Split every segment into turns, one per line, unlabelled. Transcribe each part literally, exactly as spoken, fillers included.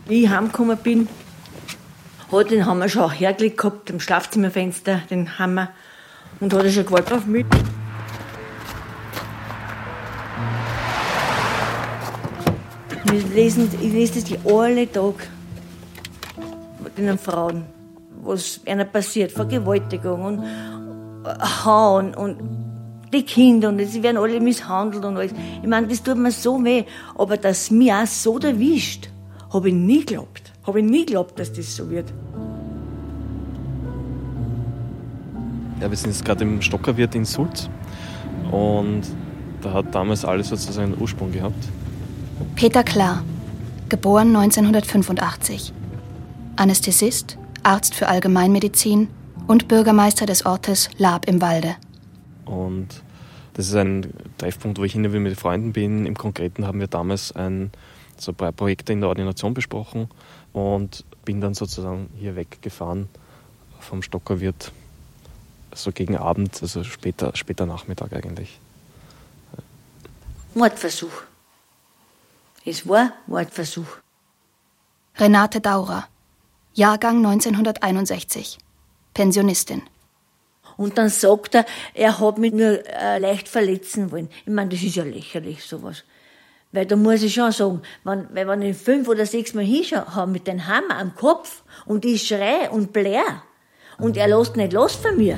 Wie ich heimgekommen bin, hat den Hammer schon hergelegt gehabt, am Schlafzimmerfenster, den Hammer, und hat er schon gewartet auf mich. Wir lesen, ich lese das alle Tag mit den Frauen, was einer passiert, Vergewaltigung und Hauen und die Kinder, und sie werden alle misshandelt und alles. Ich meine, das tut mir so weh, aber dass mich auch so erwischt, habe ich nie geglaubt. Habe ich nie geglaubt, dass das so wird.
Ja, wir sind jetzt gerade im Stockerwirt in Sulz und da hat damals alles sozusagen einen Ursprung gehabt.
Peter Klar, geboren neunzehnhundertfünfundachtzig. Anästhesist, Arzt für Allgemeinmedizin und Bürgermeister des Ortes Laab im Walde.
Und das ist ein Treffpunkt, wo ich hin und wieder mit Freunden bin. Im Konkreten haben wir damals ein, so ein paar Projekte in der Ordination besprochen und bin dann sozusagen hier weggefahren vom Stockerwirt, so gegen Abend, also später, später Nachmittag eigentlich.
Mordversuch. Es war Mordversuch.
Renate Daurer, Jahrgang neunzehnhunderteinundsechzig, Pensionistin.
Und dann sagt er, er hat mich nur äh, leicht verletzen wollen. Ich meine, das ist ja lächerlich, sowas. Weil da muss ich schon sagen, wenn, weil wenn ich fünf oder sechs Mal hinschaue mit dem Hammer am Kopf und ich schreie und blär und er lässt nicht los von mir.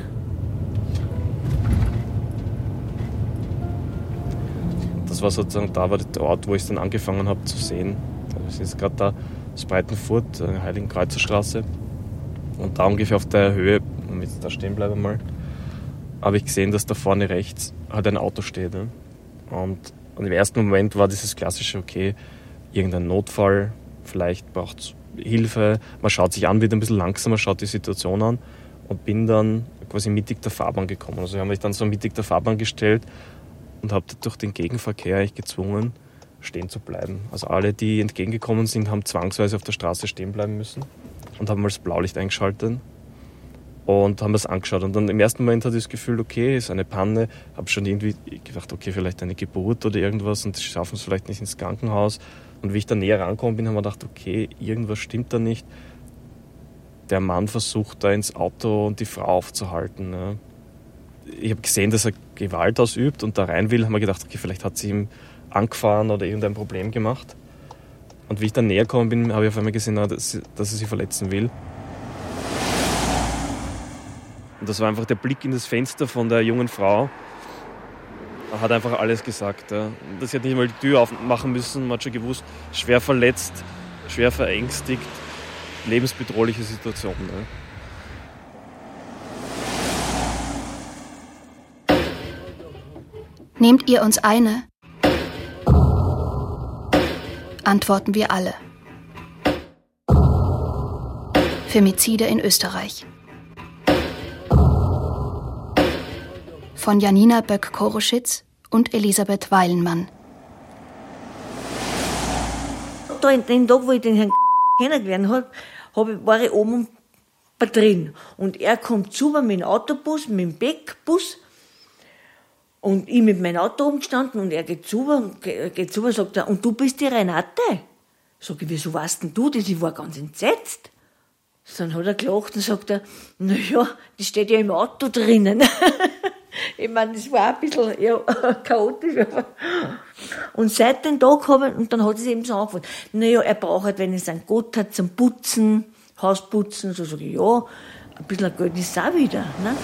Das war sozusagen, da war der Ort, wo ich es dann angefangen habe zu sehen. Wir sind jetzt gerade da, das Breitenfurt, eine Heiligenkreuzerstraße. Und da ungefähr auf der Höhe, wenn ich da stehen bleibe mal, habe ich gesehen, dass da vorne rechts halt ein Auto steht. Ne? Und, und im ersten Moment war dieses klassische, okay, irgendein Notfall, vielleicht braucht es Hilfe. Man schaut sich an, wird ein bisschen langsamer, schaut die Situation an und bin dann quasi mittig der Fahrbahn gekommen. Also ich habe mich dann so mittig der Fahrbahn gestellt und habe durch den Gegenverkehr eigentlich gezwungen, stehen zu bleiben. Also alle, die entgegengekommen sind, haben zwangsweise auf der Straße stehen bleiben müssen und haben mal das Blaulicht eingeschaltet und haben das angeschaut. Und dann im ersten Moment hatte ich das Gefühl, okay, ist eine Panne. Habe schon irgendwie gedacht, okay, vielleicht eine Geburt oder irgendwas und schaffen es vielleicht nicht ins Krankenhaus. Und wie ich da näher rangekommen bin, habe ich gedacht, okay, irgendwas stimmt da nicht. Der Mann versucht da ins Auto und die Frau aufzuhalten. Ne? Ich habe gesehen, dass er Gewalt ausübt und da rein will, haben wir gedacht, okay, vielleicht hat sie ihm angefahren oder irgendein Problem gemacht. Und wie ich dann näher gekommen bin, habe ich auf einmal gesehen, dass er sie verletzen will. Und das war einfach der Blick in das Fenster von der jungen Frau. Er hat einfach alles gesagt. Ja. Sie hat nicht mal die Tür aufmachen müssen, man hat schon gewusst, schwer verletzt, schwer verängstigt, lebensbedrohliche Situation. Ja.
Nehmt ihr uns eine? Antworten wir alle. Femizide in Österreich. Von Janina Böck-Koroschitz und Elisabeth Weilenmann.
Da in den Tag, wo ich den Herrn kennengelernt habe, hab ich, war ich oben drin. Und er kommt zu mir mit dem Autobus, mit dem Beckbus. Und ich mit meinem Auto umgestanden und er geht zu und geht zu und sagt er, und du bist die Renate? Sag ich, wieso weißt denn du das? Ich war ganz entsetzt. Dann hat er gelacht und sagt er, na ja, die steht ja im Auto drinnen. Ich meine, das war ein bisschen ja, chaotisch. Aber. Und seit dem Tag habe ich, und dann hat es eben so angefangen, naja, er braucht halt, wenn es einen Gott hat zum Putzen, Hausputzen, so sage ich, ja, ein bisschen Geld ist auch wieder. Ne?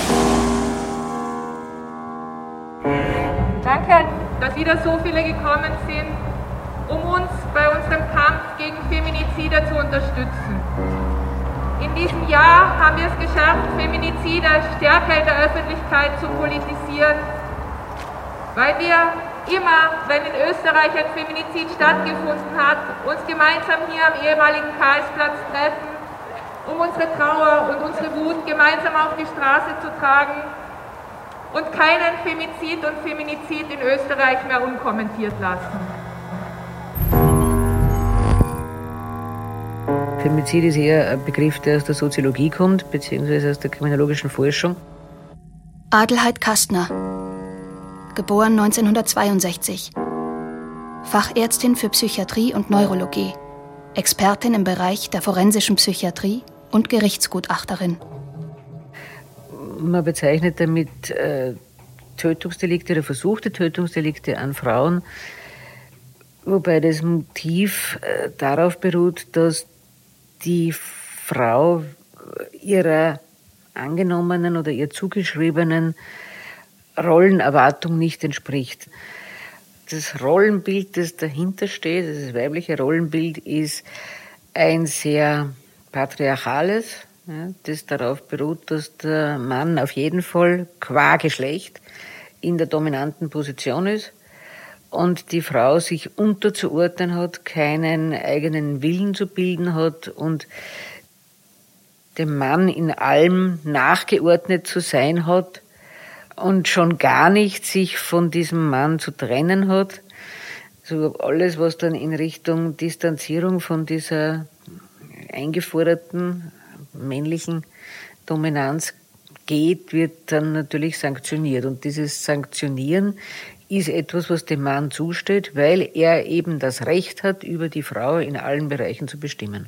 Danke, dass wieder so viele gekommen sind, um uns bei unserem Kampf gegen Feminizide zu unterstützen. In diesem Jahr haben wir es geschafft, Feminizide stärker in der Öffentlichkeit zu politisieren, weil wir immer, wenn in Österreich ein Feminizid stattgefunden hat, uns gemeinsam hier am ehemaligen Karlsplatz treffen, um unsere Trauer und unsere Wut gemeinsam auf die Straße zu tragen und keinen Femizid und Feminizid in Österreich mehr unkommentiert lassen.
Femizid ist eher ein Begriff, der aus der Soziologie kommt, beziehungsweise aus der kriminologischen Forschung.
Adelheid Kastner, geboren neunzehnhundertzweiundsechzig. Fachärztin für Psychiatrie und Neurologie. Expertin im Bereich der forensischen Psychiatrie und Gerichtsgutachterin.
Man bezeichnet damit äh, Tötungsdelikte oder versuchte Tötungsdelikte an Frauen, wobei das Motiv äh, darauf beruht, dass die Frau ihrer angenommenen oder ihr zugeschriebenen Rollenerwartung nicht entspricht. Das Rollenbild, das dahinter steht, das weibliche Rollenbild, ist ein sehr patriarchales, ja, das darauf beruht, dass der Mann auf jeden Fall qua Geschlecht in der dominanten Position ist und die Frau sich unterzuordnen hat, keinen eigenen Willen zu bilden hat und dem Mann in allem nachgeordnet zu sein hat und schon gar nicht sich von diesem Mann zu trennen hat. So alles, was dann in Richtung Distanzierung von dieser eingeforderten männlichen Dominanz geht, wird dann natürlich sanktioniert. Und dieses Sanktionieren ist etwas, was dem Mann zusteht, weil er eben das Recht hat, über die Frau in allen Bereichen zu bestimmen.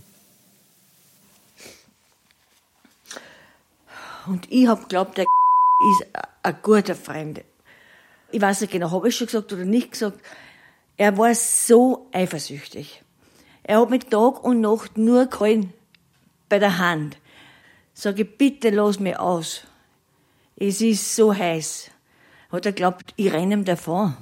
Und ich hab geglaubt, der ist ein guter Freund. Ich weiß nicht genau, habe ich schon gesagt oder nicht gesagt. Er war so eifersüchtig. Er hat mich Tag und Nacht nur gehalten bei der Hand. Sag ich, bitte lass mich aus. Es ist so heiß. Hat er geglaubt, ich renne ihm davon.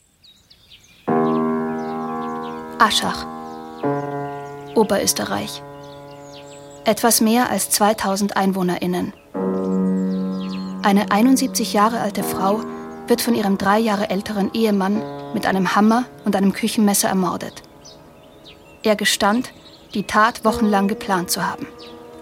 Aschach, Oberösterreich. Etwas mehr als zweitausend EinwohnerInnen. Eine einundsiebzig Jahre alte Frau wird von ihrem drei Jahre älteren Ehemann mit einem Hammer und einem Küchenmesser ermordet. Er gestand, die Tat wochenlang geplant zu haben.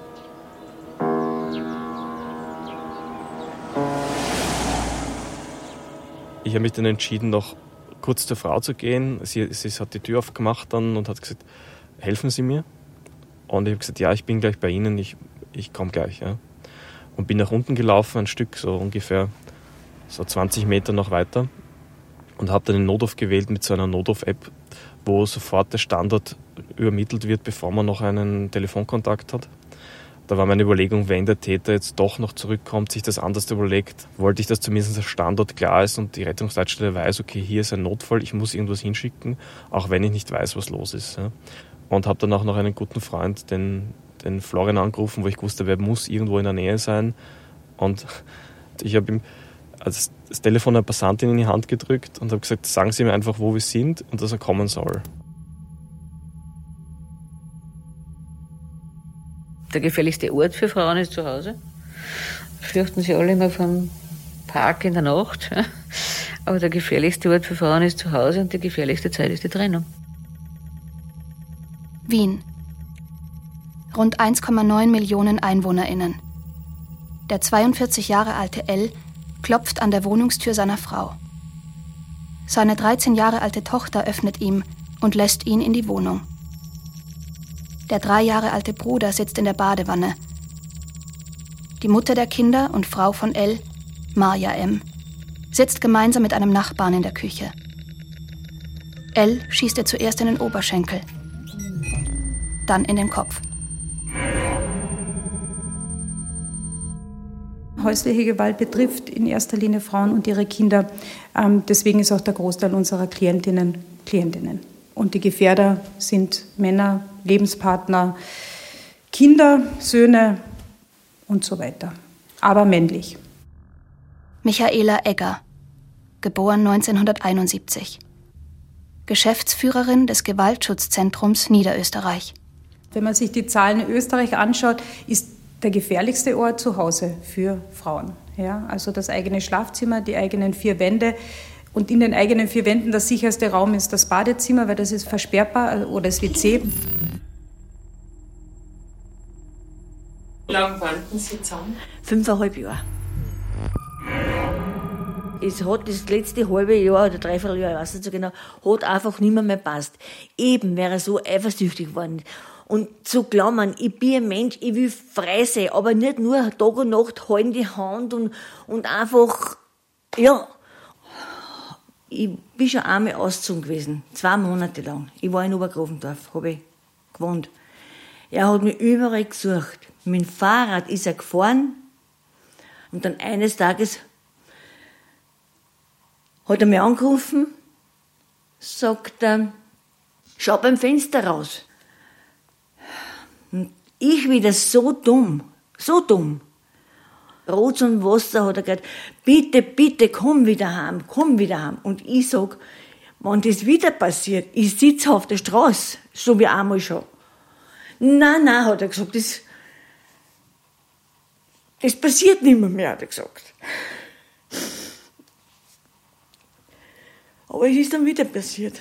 Ich habe mich dann entschieden, noch kurz zur Frau zu gehen. Sie, sie hat die Tür aufgemacht dann und hat gesagt, helfen Sie mir? Und ich habe gesagt, ja, ich bin gleich bei Ihnen, ich, ich komme gleich. Ja. Und bin nach unten gelaufen, ein Stück, so ungefähr so zwanzig Meter noch weiter und habe dann den Notruf gewählt mit so einer Notruf-App, wo sofort der Standort übermittelt wird, bevor man noch einen Telefonkontakt hat. Da war meine Überlegung, wenn der Täter jetzt doch noch zurückkommt, sich das anders überlegt, wollte ich, dass zumindest der Standort klar ist und die Rettungsleitstelle weiß, okay, hier ist ein Notfall, ich muss irgendwas hinschicken, auch wenn ich nicht weiß, was los ist. Ja. Und habe dann auch noch einen guten Freund, den, den Florian, angerufen, wo ich wusste, wer muss irgendwo in der Nähe sein. Und ich habe ihm also das Telefon einer Passantin in die Hand gedrückt und habe gesagt, sagen Sie mir einfach, wo wir sind und dass er kommen soll.
Der gefährlichste Ort für Frauen ist zu Hause. Fürchten sie alle immer vom Park in der Nacht. Aber der gefährlichste Ort für Frauen ist zu Hause und die gefährlichste Zeit ist die Trennung.
Wien. Rund eins Komma neun Millionen EinwohnerInnen. Der zweiundvierzig Jahre alte L. klopft an der Wohnungstür seiner Frau. Seine dreizehn Jahre alte Tochter öffnet ihm und lässt ihn in die Wohnung. Der drei Jahre alte Bruder sitzt in der Badewanne. Die Mutter der Kinder und Frau von L., Marja M., sitzt gemeinsam mit einem Nachbarn in der Küche. L. schießt ihr zuerst in den Oberschenkel, dann in den Kopf.
Häusliche Gewalt betrifft in erster Linie Frauen und ihre Kinder. Deswegen ist auch der Großteil unserer Klientinnen Klientinnen. Und die Gefährder sind Männer, Lebenspartner, Kinder, Söhne und so weiter. Aber männlich.
Michaela Egger, geboren neunzehnhunderteinundsiebzig. Geschäftsführerin des Gewaltschutzzentrums Niederösterreich.
Wenn man sich die Zahlen in Österreich anschaut, ist der gefährlichste Ort zu Hause für Frauen. Ja, also das eigene Schlafzimmer, die eigenen vier Wände. Und in den eigenen vier Wänden der sicherste Raum ist das Badezimmer, weil das ist versperrbar, oder das W C.
Wie lange wollten Sie zusammen?
Fünfeinhalb Jahre. Es hat das letzte halbe Jahr oder dreiviertel Jahr, ich weiß nicht so genau, hat einfach nicht mehr, mehr passt. Eben wäre er so eifersüchtig geworden. Und zu glauben, ich bin ein Mensch, ich will frei sein, aber nicht nur Tag und Nacht halten die Hand und, und einfach, ja. Ich bin schon einmal ausgezogen gewesen, zwei Monate lang. Ich war in Obergrafendorf, habe ich gewohnt. Er hat mich überall gesucht. Mit dem Fahrrad ist er gefahren und dann eines Tages hat er mich angerufen, sagt er, schau beim Fenster raus. Und ich wieder so dumm, so dumm. Rot und Wasser hat er gesagt, bitte, bitte, komm wieder heim, komm wieder heim. Und ich sag, wenn das wieder passiert, ich sitze auf der Straße, so wie einmal schon. Nein, nein, hat er gesagt, das, das passiert nicht mehr, mehr, hat er gesagt. Aber es ist dann wieder passiert.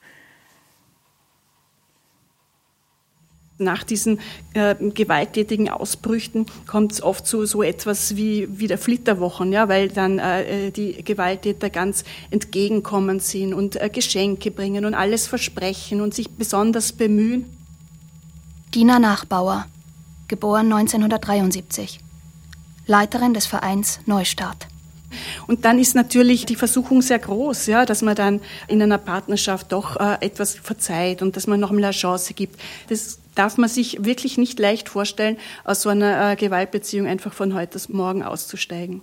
Nach diesen äh, gewalttätigen Ausbrüchen kommt es oft zu so etwas wie, wie der Flitterwochen, ja, weil dann äh, die Gewalttäter ganz entgegenkommend sind und äh, Geschenke bringen und alles versprechen und sich besonders bemühen.
Dina Nachbauer, geboren neunzehnhundertdreiundsiebzig, Leiterin des Vereins Neustart.
Und dann ist natürlich die Versuchung sehr groß, ja, dass man dann in einer Partnerschaft doch äh, etwas verzeiht und dass man noch mal eine Chance gibt. Das darf man sich wirklich nicht leicht vorstellen, aus so einer äh, Gewaltbeziehung einfach von heute auf morgen auszusteigen.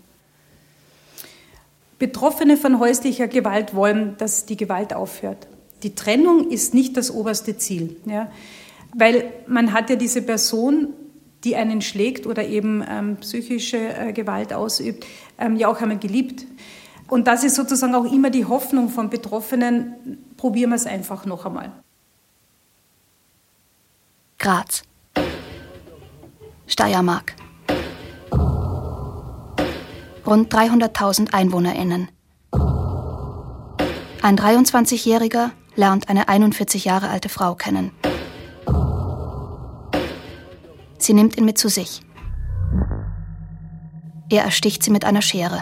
Betroffene von häuslicher Gewalt wollen, dass die Gewalt aufhört. Die Trennung ist nicht das oberste Ziel, ja, weil man hat ja diese Person, die einen schlägt oder eben ähm, psychische äh, Gewalt ausübt, ähm, ja auch einmal geliebt. Und das ist sozusagen auch immer die Hoffnung von Betroffenen, probieren wir es einfach noch einmal.
Graz. Steiermark. Rund dreihunderttausend EinwohnerInnen. Ein dreiundzwanzigjähriger lernt eine einundvierzig Jahre alte Frau kennen. Sie nimmt ihn mit zu sich. Er ersticht sie mit einer Schere.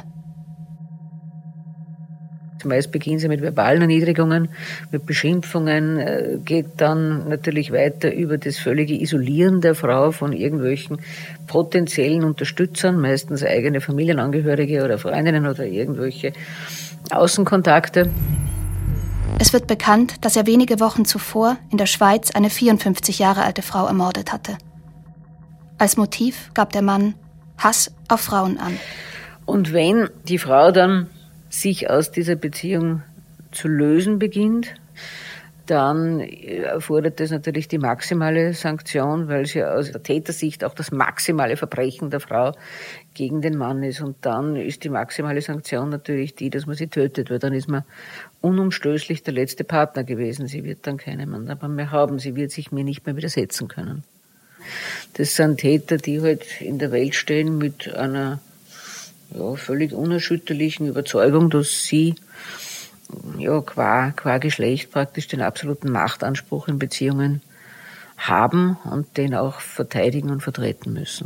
Meist beginnt sie mit verbalen Erniedrigungen, mit Beschimpfungen, geht dann natürlich weiter über das völlige Isolieren der Frau von irgendwelchen potenziellen Unterstützern, meistens eigene Familienangehörige oder Freundinnen oder irgendwelche Außenkontakte.
Es wird bekannt, dass er wenige Wochen zuvor in der Schweiz eine vierundfünfzig Jahre alte Frau ermordet hatte. Als Motiv gab der Mann Hass auf Frauen an.
Und wenn die Frau dann sich aus dieser Beziehung zu lösen beginnt, dann erfordert das natürlich die maximale Sanktion, weil sie aus der Tätersicht auch das maximale Verbrechen der Frau gegen den Mann ist. Und dann ist die maximale Sanktion natürlich die, dass man sie tötet, weil dann ist man unumstößlich der letzte Partner gewesen. Sie wird dann keinen Mann mehr haben, sie wird sich mir nicht mehr widersetzen können. Das sind Täter, die halt in der Welt stehen mit einer ja, völlig unerschütterlichen Überzeugung, dass sie ja, qua, qua Geschlecht praktisch den absoluten Machtanspruch in Beziehungen haben und den auch verteidigen und vertreten müssen.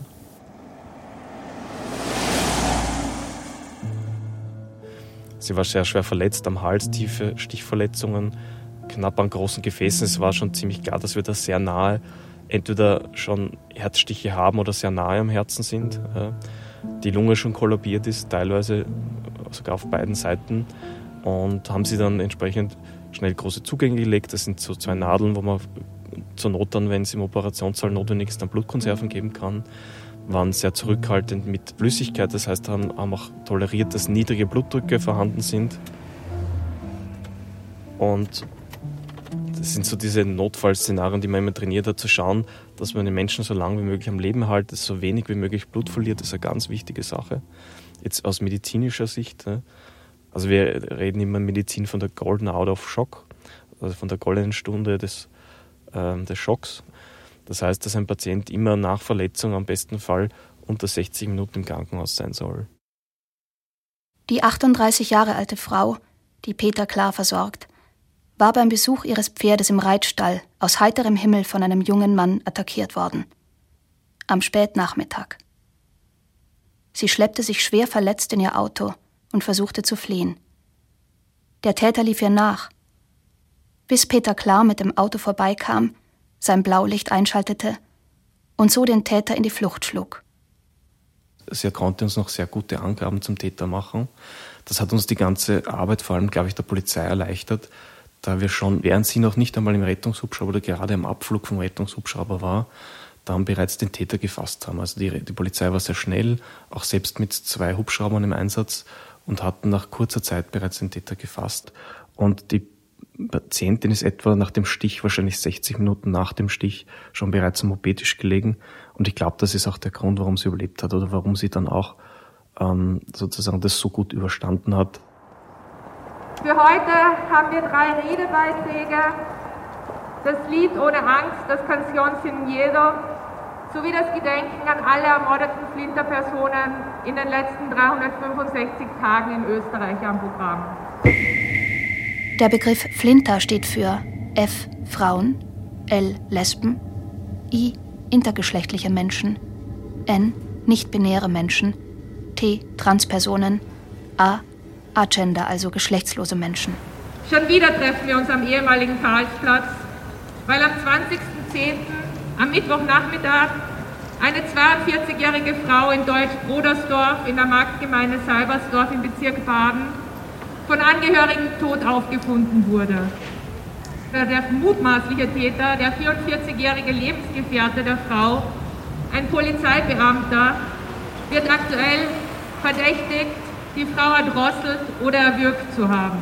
Sie war sehr schwer verletzt am Hals, tiefe Stichverletzungen, knapp an großen Gefäßen. Es war schon ziemlich klar, dass wir da sehr nahe entweder schon Herzstiche haben oder sehr nahe am Herzen sind. Die Lunge schon kollabiert ist, teilweise sogar auf beiden Seiten. Und haben sie dann entsprechend schnell große Zugänge gelegt. Das sind so zwei Nadeln, wo man zur Not dann, wenn es im Operationssaal notwendig ist, dann Blutkonserven geben kann. Waren sehr zurückhaltend mit Flüssigkeit, das heißt, haben, haben auch toleriert, dass niedrige Blutdrücke vorhanden sind. Und das sind so diese Notfallszenarien, die man immer trainiert hat, zu schauen, dass man den Menschen so lange wie möglich am Leben hält, dass so wenig wie möglich Blut verliert. Das ist eine ganz wichtige Sache. Jetzt aus medizinischer Sicht. Also wir reden immer in Medizin von der Golden Hour of Shock, also von der goldenen Stunde des, äh, des Schocks. Das heißt, dass ein Patient immer nach Verletzung am besten Fall unter sechzig Minuten im Krankenhaus sein soll.
Die achtunddreißig Jahre alte Frau, die Peter Klar versorgt, war beim Besuch ihres Pferdes im Reitstall aus heiterem Himmel von einem jungen Mann attackiert worden. Am Spätnachmittag. Sie schleppte sich schwer verletzt in ihr Auto und versuchte zu fliehen. Der Täter lief ihr nach, bis Peter Klar mit dem Auto vorbeikam, sein Blaulicht einschaltete und so den Täter in die Flucht schlug.
Sie konnte uns noch sehr gute Angaben zum Täter machen. Das hat uns die ganze Arbeit, vor allem, glaube ich, der Polizei erleichtert, da wir schon, während sie noch nicht einmal im Rettungshubschrauber oder gerade am Abflug vom Rettungshubschrauber war, dann bereits den Täter gefasst haben. Also die, die Polizei war sehr schnell, auch selbst mit zwei Hubschraubern im Einsatz, und hatten nach kurzer Zeit bereits den Täter gefasst. Und die Patientin ist etwa nach dem Stich, wahrscheinlich sechzig Minuten nach dem Stich, schon bereits am O P-Tisch gelegen. Und ich glaube, das ist auch der Grund, warum sie überlebt hat oder warum sie dann auch ähm, sozusagen das so gut überstanden hat.
Für heute haben wir drei Redebeiträge. Das Lied Ohne Angst, das Canción Sin Miedo, sowie das Gedenken an alle ermordeten Flinter-Personen in den letzten dreihundertfünfundsechzig Tagen in Österreich am Programm.
Der Begriff Flinter steht für F. Frauen, L. Lesben, I. intergeschlechtliche Menschen, N. nicht-binäre Menschen, T. Transpersonen, A. Agender, also geschlechtslose Menschen.
Schon wieder treffen wir uns am ehemaligen Karlsplatz, weil am zwanzigsten zehnten am Mittwochnachmittag eine zweiundvierzigjährige Frau in Deutsch-Brodersdorf in der Marktgemeinde Seibersdorf im Bezirk Baden von Angehörigen tot aufgefunden wurde. Der mutmaßliche Täter, der vierundvierzigjährige Lebensgefährte der Frau, ein Polizeibeamter, wird aktuell verdächtigt, die Frau erdrosselt oder erwürgt zu haben.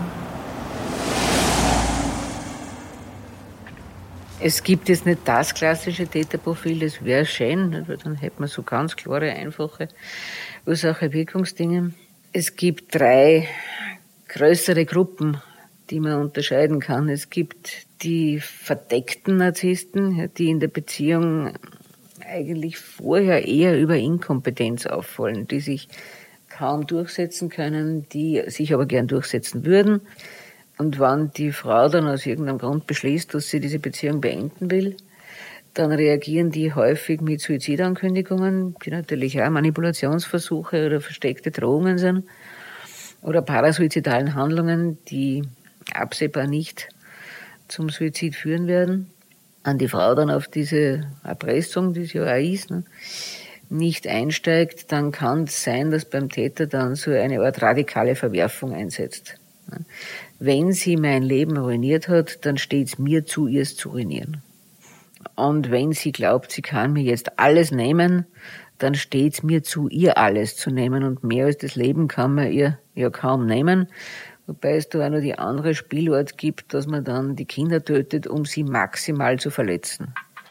Es gibt jetzt nicht das klassische Täterprofil, das wäre schön, weil dann hätte man so ganz klare, einfache Ursache-Wirkungsdinge. Es gibt drei größere Gruppen, die man unterscheiden kann. Es gibt die verdeckten Narzissten, die in der Beziehung eigentlich vorher eher über Inkompetenz auffallen, die sich kaum durchsetzen können, die sich aber gern durchsetzen würden. Und wenn die Frau dann aus irgendeinem Grund beschließt, dass sie diese Beziehung beenden will, dann reagieren die häufig mit Suizidankündigungen, die natürlich auch Manipulationsversuche oder versteckte Drohungen sind, oder parasuizidalen Handlungen, die absehbar nicht zum Suizid führen werden. An die Frau dann auf diese Erpressung, die es ja auch ist, ne, nicht einsteigt, dann kann es sein, dass beim Täter dann so eine Art radikale Verwerfung einsetzt. Wenn sie mein Leben ruiniert hat, dann steht es mir zu, ihr es zu ruinieren. Und wenn sie glaubt, sie kann mir jetzt alles nehmen, dann steht es mir zu, ihr alles zu nehmen. Und mehr als das Leben kann man ihr ja kaum nehmen. Wobei es da auch noch die andere Spielart gibt, dass man dann die Kinder tötet, um sie maximal zu verletzen.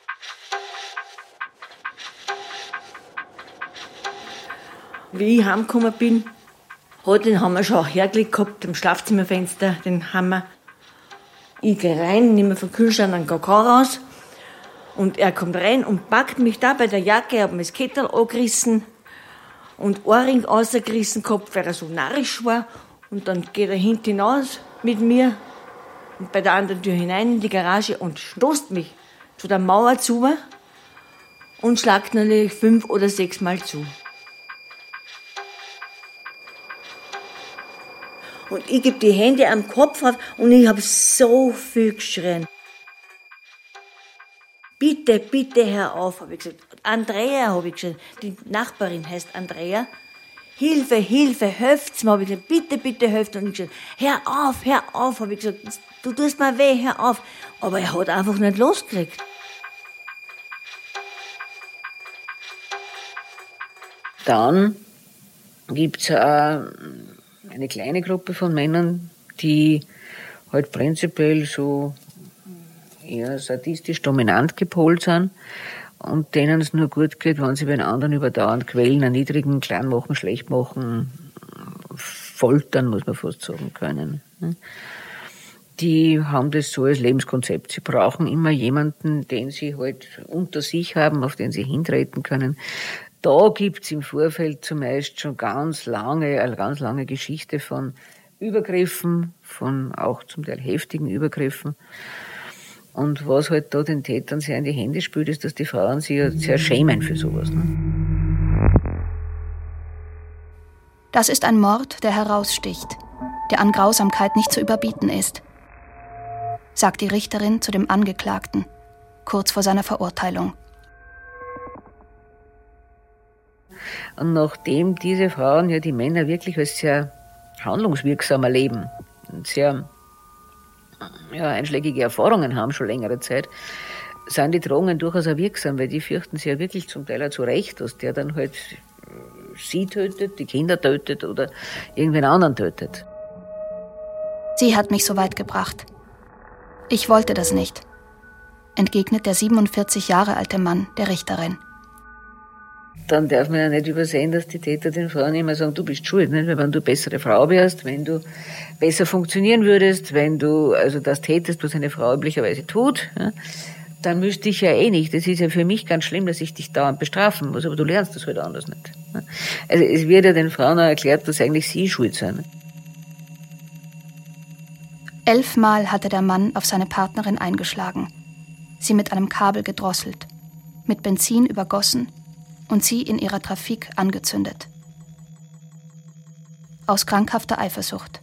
Wie ich heimgekommen bin, hat, den haben wir schon hergelegt gehabt, im Schlafzimmerfenster, den haben wir. Ich gehe rein, nehme vom Kühlschrank einen Kakao raus und er kommt rein und packt mich da bei der Jacke, hat mir das Kettel angerissen und Ohrring rausgerissen gehabt, weil er so narrisch war. Und dann geht er hinten hinaus mit mir und bei der anderen Tür hinein in die Garage und stoßt mich zu der Mauer zu und schlagt natürlich fünf oder sechs Mal zu. Und ich gebe die Hände am Kopf auf und ich habe so viel geschrien. Bitte, bitte hör auf, habe ich gesagt. Andrea, habe ich gesagt. Die Nachbarin heißt Andrea. Hilfe, Hilfe, helft's mir, habe ich gesagt. Bitte, bitte helft. Und ich gesagt, hör auf, hör auf, habe ich gesagt. Du tust mir weh, hör auf. Aber er hat einfach nicht losgekriegt.
Dann gibt's auch eine kleine Gruppe von Männern, die halt prinzipiell so eher sadistisch dominant gepolt sind und denen es nur gut geht, wenn sie bei den anderen überdauernd quälen, erniedrigen, klein machen, schlecht machen, foltern, muss man fast sagen können. Die haben das so als Lebenskonzept. Sie brauchen immer jemanden, den sie halt unter sich haben, auf den sie hintreten können. Da gibt's im Vorfeld zumeist schon ganz lange, eine ganz lange Geschichte von Übergriffen, von auch zum Teil heftigen Übergriffen. Und was halt da den Tätern sehr in die Hände spielt, ist, dass die Frauen sich ja sehr schämen für sowas. Ne?
Das ist ein Mord, der heraussticht, der an Grausamkeit nicht zu überbieten ist, sagt die Richterin zu dem Angeklagten, kurz vor seiner Verurteilung.
Und nachdem diese Frauen ja die Männer wirklich als sehr handlungswirksam erleben und sehr ja, einschlägige Erfahrungen haben, schon längere Zeit, sind die Drohungen durchaus auch wirksam, weil die fürchten sich ja wirklich zum Teil auch zu Recht, dass der dann halt sie tötet, die Kinder tötet oder irgendwen anderen tötet.
Sie hat mich so weit gebracht. Ich wollte das nicht, entgegnet der siebenundvierzig Jahre alte Mann der Richterin.
Dann darf man ja nicht übersehen, dass die Täter den Frauen immer sagen, du bist schuld, nicht? Weil wenn du bessere Frau wärst, wenn du besser funktionieren würdest, wenn du also das tätest, was eine Frau üblicherweise tut, ja, dann müsste ich ja eh nicht. Das ist ja für mich ganz schlimm, dass ich dich dauernd bestrafen muss, aber du lernst das halt anders nicht. Also es wird ja den Frauen auch erklärt, dass eigentlich sie schuld sind.
Elfmal hatte der Mann auf seine Partnerin eingeschlagen, sie mit einem Kabel gedrosselt, mit Benzin übergossen und sie in ihrer Trafik angezündet. Aus krankhafter Eifersucht.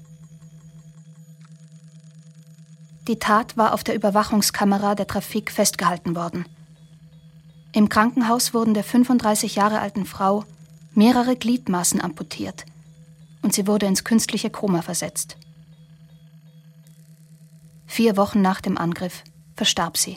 Die Tat war auf der Überwachungskamera der Trafik festgehalten worden. Im Krankenhaus wurden der fünfunddreißig Jahre alten Frau mehrere Gliedmaßen amputiert und sie wurde ins künstliche Koma versetzt. Vier Wochen nach dem Angriff verstarb sie.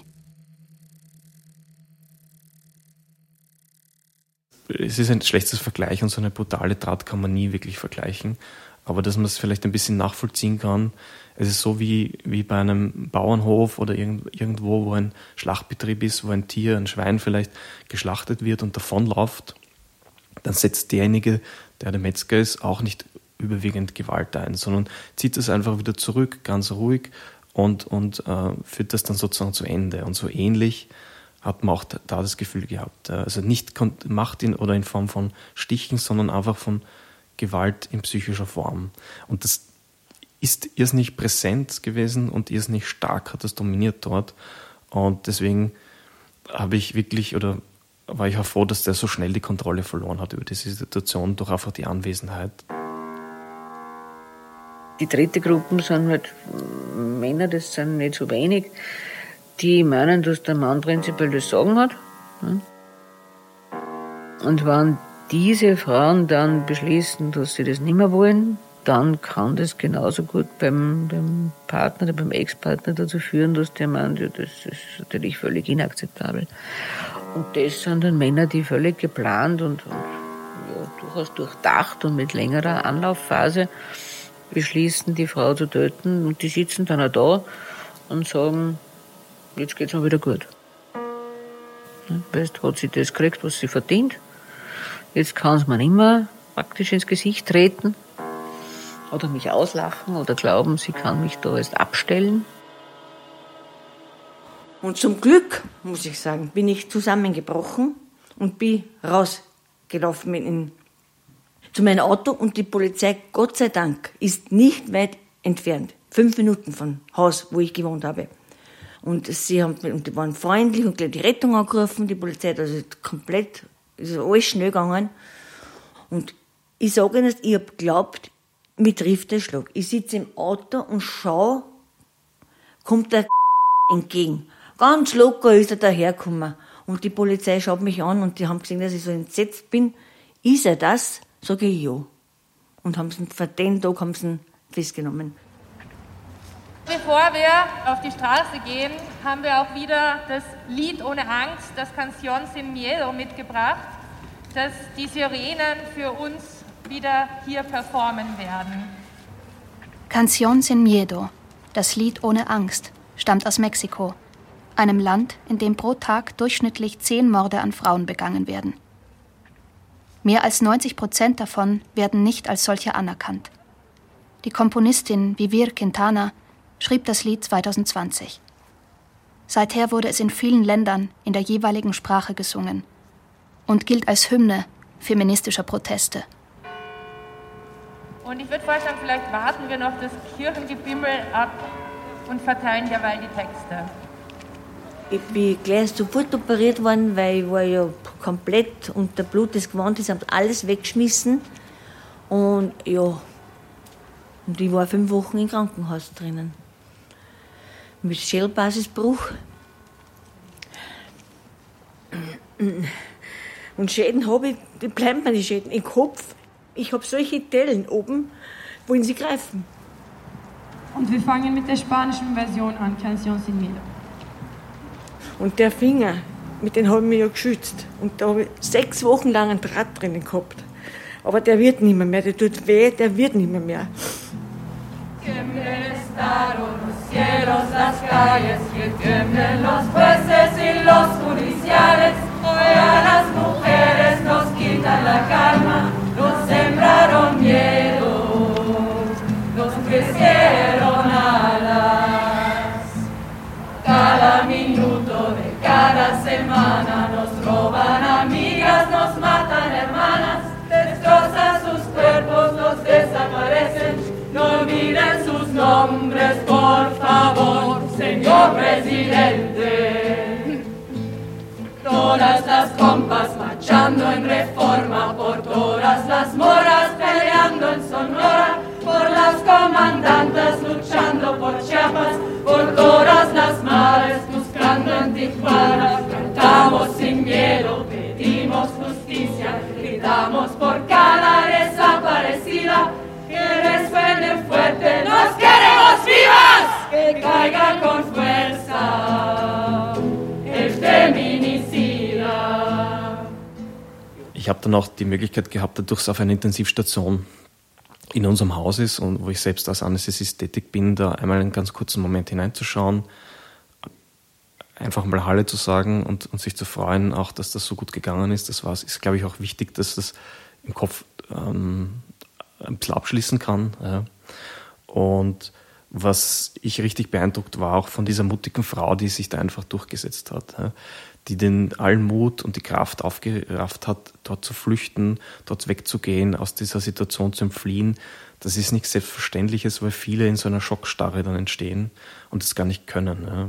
Es ist ein schlechtes Vergleich und so eine brutale Tat kann man nie wirklich vergleichen. Aber dass man es vielleicht ein bisschen nachvollziehen kann, es ist so wie, wie bei einem Bauernhof oder irgend, irgendwo, wo ein Schlachtbetrieb ist, wo ein Tier, ein Schwein vielleicht geschlachtet wird und davonläuft, dann setzt derjenige, der der Metzger ist, auch nicht überwiegend Gewalt ein, sondern zieht es einfach wieder zurück, ganz ruhig und, und äh, führt das dann sozusagen zu Ende. Und so ähnlich hat man auch da das Gefühl gehabt. Also nicht Macht in, oder in Form von Stichen, sondern einfach von Gewalt in psychischer Form. Und das ist irrsinnig präsent gewesen und irrsinnig stark hat das dominiert dort. Und deswegen habe ich wirklich, oder war ich auch froh, dass der so schnell die Kontrolle verloren hat über diese Situation durch einfach die Anwesenheit.
Die dritte Gruppe sind halt Männer, das sind nicht so wenig, die meinen, dass der Mann prinzipiell das Sagen hat. Und wenn diese Frauen dann beschließen, dass sie das nicht mehr wollen, dann kann das genauso gut beim, beim Partner oder beim Ex-Partner dazu führen, dass der meint, ja, das ist natürlich völlig inakzeptabel. Und das sind dann Männer, die völlig geplant und, und ja, durchaus durchdacht und mit längerer Anlaufphase beschließen, die Frau zu töten. Und die sitzen dann auch da und sagen, jetzt geht's mir wieder gut. Weißt, hat sie das gekriegt, was sie verdient. Jetzt kann es mir nicht mehr praktisch ins Gesicht treten oder mich auslachen oder glauben, sie kann mich da jetzt abstellen.
Und zum Glück, muss ich sagen, bin ich zusammengebrochen und bin rausgelaufen in, zu meinem Auto und die Polizei, Gott sei Dank, ist nicht weit entfernt. Fünf Minuten vom Haus, wo ich gewohnt habe. Und sie haben, und die waren freundlich und gleich die Rettung angerufen, die Polizei hat also komplett, ist alles schnell gegangen. Und ich sage Ihnen, ich habe geglaubt, mir trifft der Schlag. Ich sitze im Auto und schaue, kommt der entgegen. Ganz locker ist er dahergekommen. Und die Polizei schaut mich an und die haben gesehen, dass ich so entsetzt bin. Ist er das? Sage ich ja. Und haben sie für den Tag haben sie ihn festgenommen.
Bevor wir auf die Straße gehen, haben wir auch wieder das Lied Ohne Angst, das Canción Sin Miedo mitgebracht, das die Sirenen für uns wieder hier performen werden.
Canción Sin Miedo, das Lied Ohne Angst, stammt aus Mexiko, einem Land, in dem pro Tag durchschnittlich zehn Morde an Frauen begangen werden. Mehr als neunzig Prozent davon werden nicht als solche anerkannt. Die Komponistin Vivir Quintana schrieb das Lied zwanzig zwanzig. Seither wurde es in vielen Ländern in der jeweiligen Sprache gesungen und gilt als Hymne feministischer Proteste.
Und ich würde vorschlagen, vielleicht warten wir noch das Kirchengebimmel ab und verteilen derweil die Texte.
Ich bin gleich sofort operiert worden, weil ich war ja komplett unter Blut des Gewandes, haben alles weggeschmissen. Und ja, und ich war fünf Wochen im Krankenhaus drinnen. Mit Schädelbasisbruch. Und Schäden habe ich, die bleiben mir die Schäden im Kopf. Ich habe solche Dellen oben, wollen sie greifen.
Und wir fangen mit der spanischen Version an, Canción sin Miedo.
Und der Finger, mit dem habe ich mich ja geschützt. Und da habe ich sechs Wochen lang einen Draht drinnen gehabt. Aber der wird nicht mehr, mehr. Der tut weh, der wird nicht mehr. mehr.
Cada minuto de cada semana nos roban amigas, nos matan hermanas, destrozan sus cuerpos, los desaparecen. No olviden sus nombres, por favor, señor presidente. Todas las compas marchando en Reforma, por todas las moras peleando en Sonora, por las comandantas luchando por Chiapas, por todas las madres buscando en Tijuana. Cantamos sin miedo, pedimos justicia, gritamos por cada desaparecida. Que resuene fuerte, nos queremos vivas, que caiga con fuerza el feminicida.
Ich habe dann auch die Möglichkeit gehabt, dadurch es auf einer Intensivstation in unserem Haus ist und wo ich selbst als Anästhesist tätig bin, da einmal einen ganz kurzen Moment hineinzuschauen, einfach mal Hallo zu sagen und, und sich zu freuen, auch dass das so gut gegangen ist. Das war, ist, glaube ich, auch wichtig, dass das im Kopf ähm, ein bisschen abschließen kann. Ja. Und was ich richtig beeindruckt war, auch von dieser mutigen Frau, die sich da einfach durchgesetzt hat, ja, die den allen Mut und die Kraft aufgerafft hat, dort zu flüchten, dort wegzugehen, aus dieser Situation zu entfliehen. Das ist nichts Selbstverständliches, weil viele in so einer Schockstarre dann entstehen und es gar nicht können. Ja.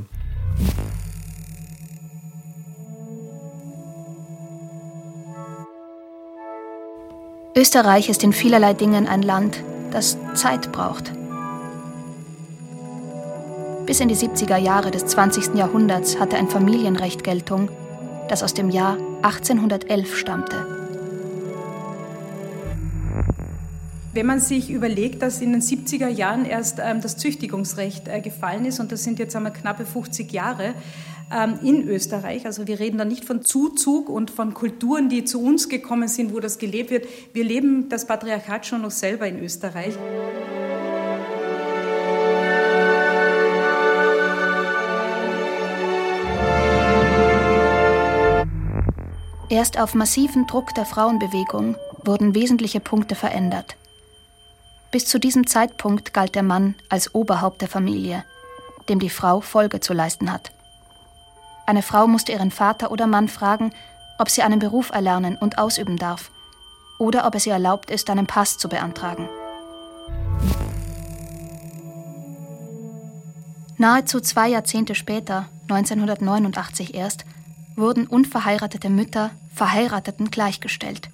Österreich ist in vielerlei Dingen ein Land, das Zeit braucht. Bis in die siebziger Jahre des zwanzigsten Jahrhunderts hatte ein Familienrecht Geltung, das aus dem Jahr achtzehnhundertelf stammte.
Wenn man sich überlegt, dass in den siebziger Jahren erst ähm, das Züchtigungsrecht äh, gefallen ist, und das sind jetzt einmal knappe fünfzig Jahre ähm, in Österreich, also wir reden da nicht von Zuzug und von Kulturen, die zu uns gekommen sind, wo das gelebt wird. Wir leben das Patriarchat schon noch selber in Österreich.
Erst auf massiven Druck der Frauenbewegung wurden wesentliche Punkte verändert. Bis zu diesem Zeitpunkt galt der Mann als Oberhaupt der Familie, dem die Frau Folge zu leisten hat. Eine Frau musste ihren Vater oder Mann fragen, ob sie einen Beruf erlernen und ausüben darf oder ob es ihr erlaubt ist, einen Pass zu beantragen. Nahezu zwei Jahrzehnte später, neunzehnhundertneunundachtzig erst, wurden unverheiratete Mütter Verheirateten gleichgestellt.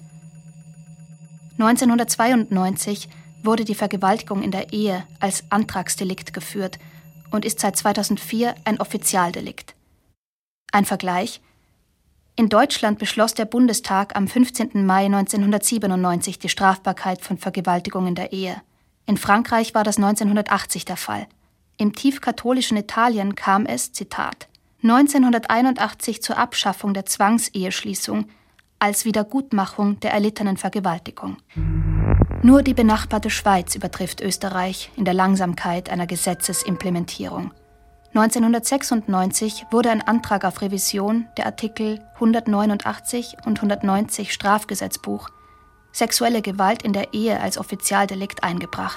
neunzehnhundertzweiundneunzig wurde die Vergewaltigung in der Ehe als Antragsdelikt geführt und ist seit zweitausendvier ein Offizialdelikt. Ein Vergleich: In Deutschland beschloss der Bundestag am fünfzehnten Mai neunzehnhundertsiebenundneunzig die Strafbarkeit von Vergewaltigung in der Ehe. In Frankreich war das neunzehnhundertachtzig der Fall. Im tiefkatholischen Italien kam es, Zitat, neunzehnhunderteinundachtzig zur Abschaffung der Zwangseheschließung als Wiedergutmachung der erlittenen Vergewaltigung. Nur die benachbarte Schweiz übertrifft Österreich in der Langsamkeit einer Gesetzesimplementierung. neunzehnhundertsechsundneunzig wurde ein Antrag auf Revision der Artikel hundertneunundachtzig und hundertneunzig Strafgesetzbuch sexuelle Gewalt in der Ehe als Offizialdelikt eingebracht.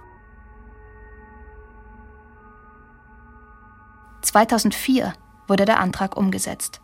zweitausendvier wurde der Antrag umgesetzt.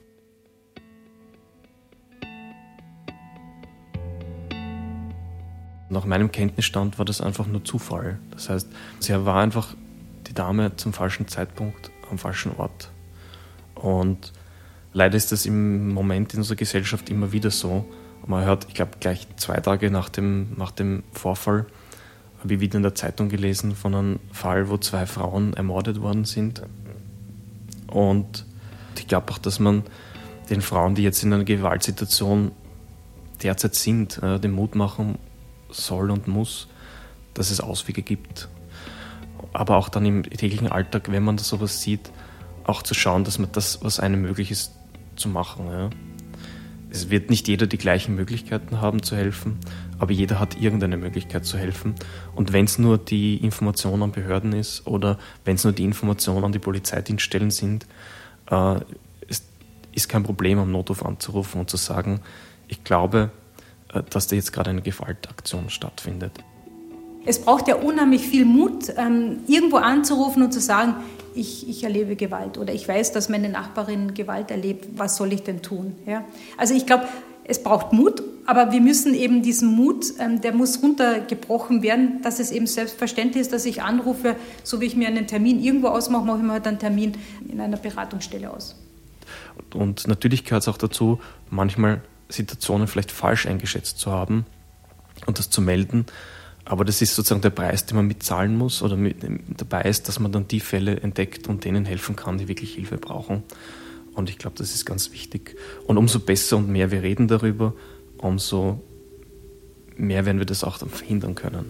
Nach meinem Kenntnisstand war das einfach nur Zufall. Das heißt, sie war einfach die Dame zum falschen Zeitpunkt am falschen Ort. Und leider ist das im Moment in unserer Gesellschaft immer wieder so. Man hört, ich glaube, gleich zwei Tage nach dem, nach dem Vorfall habe ich wieder in der Zeitung gelesen von einem Fall, wo zwei Frauen ermordet worden sind. Und ich glaube auch, dass man den Frauen, die jetzt in einer Gewaltsituation derzeit sind, den Mut machen soll und muss, dass es Auswege gibt. aber auch dann im täglichen Alltag, wenn man sowas sieht, auch zu schauen, dass man das, was einem möglich ist, zu machen. Ja. Es wird nicht jeder die gleichen Möglichkeiten haben zu helfen, aber jeder hat irgendeine Möglichkeit zu helfen. Und wenn es nur die Information an Behörden ist oder wenn es nur die Information an die Polizeidienststellen sind, äh, es ist kein Problem, am Notruf anzurufen und zu sagen, ich glaube, äh, dass da jetzt gerade eine Gewaltaktion stattfindet.
Es braucht ja unheimlich viel Mut, ähm, irgendwo anzurufen und zu sagen, ich, ich erlebe Gewalt oder ich weiß, dass meine Nachbarin Gewalt erlebt, was soll ich denn tun? Ja? Also ich glaube, es braucht Mut, aber wir müssen eben diesen Mut, ähm, der muss runtergebrochen werden, dass es eben selbstverständlich ist, dass ich anrufe, so wie ich mir einen Termin irgendwo ausmache, mache ich mir halt einen Termin in einer Beratungsstelle aus.
Und natürlich gehört es auch dazu, manchmal Situationen vielleicht falsch eingeschätzt zu haben und das zu melden. Aber das ist sozusagen der Preis, den man mitzahlen muss oder mit dabei ist, dass man dann die Fälle entdeckt und denen helfen kann, die wirklich Hilfe brauchen. Und ich glaube, das ist ganz wichtig. Und umso besser und mehr wir reden darüber, umso mehr werden wir das auch dann verhindern können.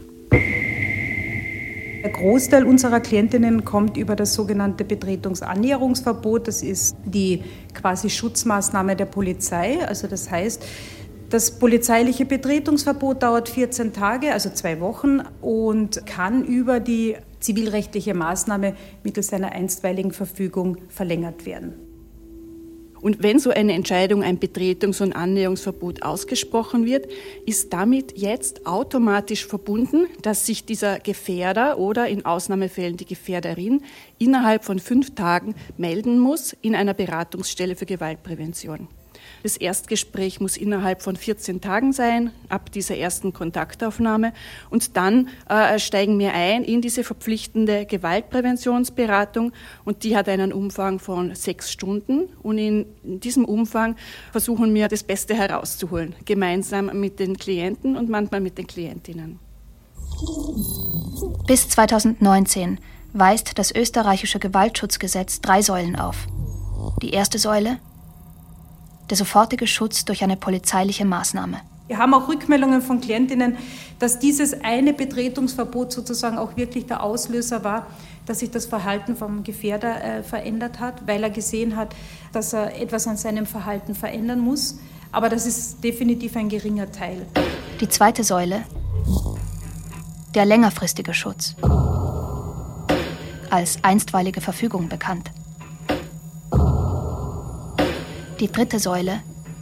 Der Großteil unserer Klientinnen kommt über das sogenannte Betretungsannäherungsverbot. Das ist die quasi Schutzmaßnahme der Polizei. Also das heißt, das polizeiliche Betretungsverbot dauert vierzehn Tage, also zwei Wochen, und kann über die zivilrechtliche Maßnahme mittels einer einstweiligen Verfügung verlängert werden.
Und wenn so eine Entscheidung, ein Betretungs- und Annäherungsverbot ausgesprochen wird, ist damit jetzt automatisch verbunden, dass sich dieser Gefährder oder in Ausnahmefällen die Gefährderin innerhalb von fünf Tagen melden muss in einer Beratungsstelle für Gewaltprävention. Das Erstgespräch muss innerhalb von vierzehn Tagen sein, ab dieser ersten Kontaktaufnahme. Und dann äh, steigen wir ein in diese verpflichtende Gewaltpräventionsberatung. Und die hat einen Umfang von sechs Stunden. Und in diesem Umfang versuchen wir, das Beste herauszuholen, gemeinsam mit den Klienten und manchmal mit den Klientinnen.
Bis zweitausendneunzehn weist das österreichische Gewaltschutzgesetz drei Säulen auf. Die erste Säule: der sofortige Schutz durch eine polizeiliche Maßnahme.
Wir haben auch Rückmeldungen von Klientinnen, dass dieses eine Betretungsverbot sozusagen auch wirklich der Auslöser war, dass sich das Verhalten vom Gefährder äh, verändert hat, weil er gesehen hat, dass er etwas an seinem Verhalten verändern muss. Aber das ist definitiv ein geringer Teil.
Die zweite Säule: der längerfristige Schutz, als einstweilige Verfügung bekannt. Die dritte Säule: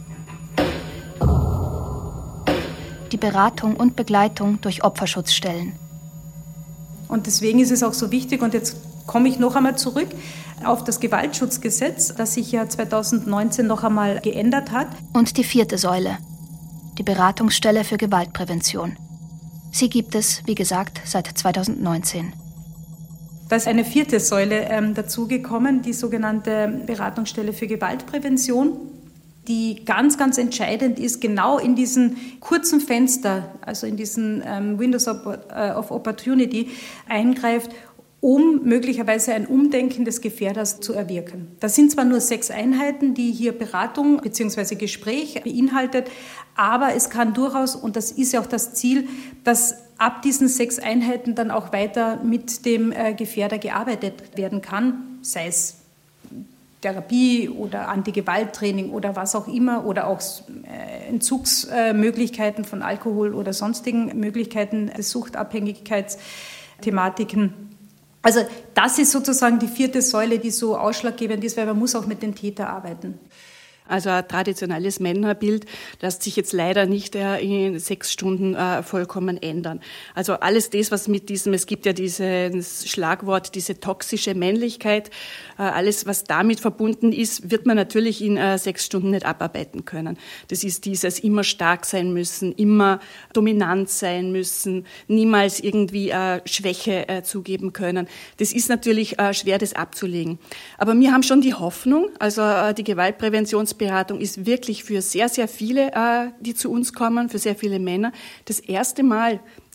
die Beratung und Begleitung durch Opferschutzstellen.
Und deswegen ist es auch so wichtig, und jetzt komme ich noch einmal zurück auf das Gewaltschutzgesetz, das sich ja zweitausendneunzehn noch einmal geändert hat.
Und die vierte Säule: die Beratungsstelle für Gewaltprävention. Sie gibt es, wie gesagt, seit zweitausendneunzehn.
Da ist eine vierte Säule ähm, dazugekommen, die sogenannte Beratungsstelle für Gewaltprävention, die ganz, ganz entscheidend ist, genau in diesen kurzen Fenster, also in diesen ähm, Windows of, äh, of Opportunity eingreift, um möglicherweise ein Umdenken des Gefährders zu erwirken. Das sind zwar nur sechs Einheiten, die hier Beratung bzw. Gespräch beinhaltet, aber es kann durchaus, und das ist ja auch das Ziel, dass ab diesen sechs Einheiten dann auch weiter mit dem äh, Gefährder gearbeitet werden kann, sei es Therapie oder Anti-Gewalt-Training oder was auch immer, oder auch äh, Entzugsmöglichkeiten äh, von Alkohol oder sonstigen Möglichkeiten des Suchtabhängigkeitsthematiken. Also das ist sozusagen die vierte Säule, die so ausschlaggebend ist, weil man muss auch mit den Tätern arbeiten.
Also ein traditionelles Männerbild lässt sich jetzt leider nicht in sechs Stunden vollkommen ändern. Also alles das, was mit diesem, es gibt ja dieses Schlagwort, diese toxische Männlichkeit, alles, was damit verbunden ist, wird man natürlich in sechs Stunden nicht abarbeiten können. Das ist dieses immer stark sein müssen, immer dominant sein müssen, niemals irgendwie Schwäche zugeben können. Das ist natürlich schwer, das abzulegen. Aber wir haben schon die Hoffnung, also die Gewaltpräventions Beratung ist wirklich für sehr, sehr viele, die zu uns kommen, für sehr viele Männer, das erste Mal,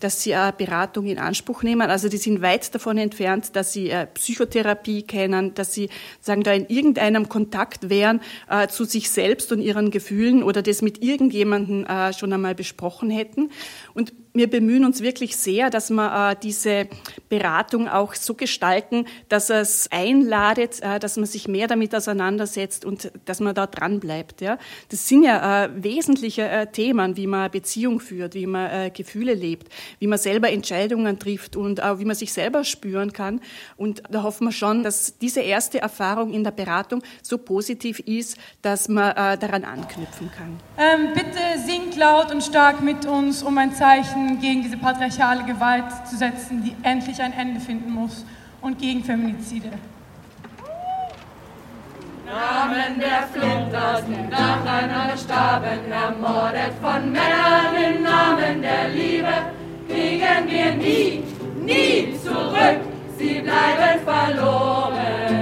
dass sie eine Beratung in Anspruch nehmen. Also die sind weit davon entfernt, dass sie äh, Psychotherapie kennen, dass sie sagen, da in irgendeinem Kontakt wären äh, zu sich selbst und ihren Gefühlen oder das mit irgendjemandem äh, schon einmal besprochen hätten. Und wir bemühen uns wirklich sehr, dass wir äh, diese Beratung auch so gestalten, dass es einladet, äh, dass man sich mehr damit auseinandersetzt und dass man da dran bleibt. Ja? Das sind ja äh, wesentliche äh, Themen, wie man eine Beziehung führt, wie man äh, Gefühle lebt, wie man selber Entscheidungen trifft und auch wie man sich selber spüren kann. Und da hoffen wir schon, dass diese erste Erfahrung in der Beratung so positiv ist, dass man äh, daran anknüpfen kann.
Ähm, bitte singt laut und stark mit uns, um ein Zeichen gegen diese patriarchale Gewalt zu setzen, die endlich ein Ende finden muss, und gegen Feminizide.
Namen der Flinters, die nacheinander starben, ermordet von Männern im Namen der Liebe, kriegen wir nie, nie zurück, sie bleiben verloren.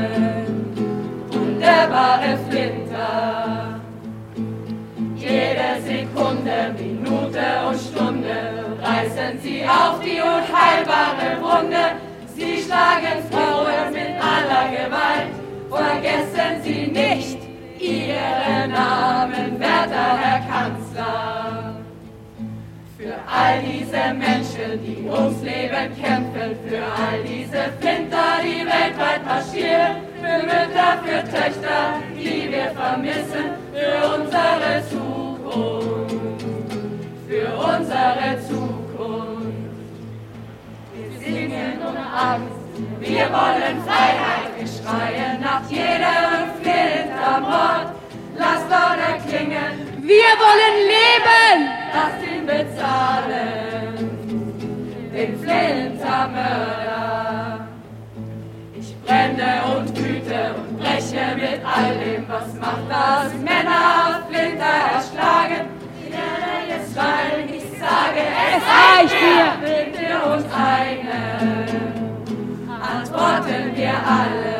Und der wahre Flinter, jede Sekunde, Minute und Stunde, reißen sie auf die unheilbare Wunde. Sie schlagen Frauen mit aller Gewalt, vergessen Sie nicht Ihren Namen, werter Herr Kanzler. Für all diese Menschen, die ums Leben kämpfen, für all diese Flinter, die weltweit marschieren, für Mütter, für Töchter, die wir vermissen, für unsere Zukunft, für unsere Zukunft. Wir singen ohne Angst, wir wollen Freiheit, wir schreien nach jedem Flintermord. Lasst Donner klingen, wir wollen leben, lasst ihn bezahlen, den Flintermörder. Ich brenne und wüte und breche mit all dem, was macht, dass Männer Flinter erschlagen. Ich werde jetzt schreien, ich sage, es reicht mir, bilden wir uns eine, antworten wir alle.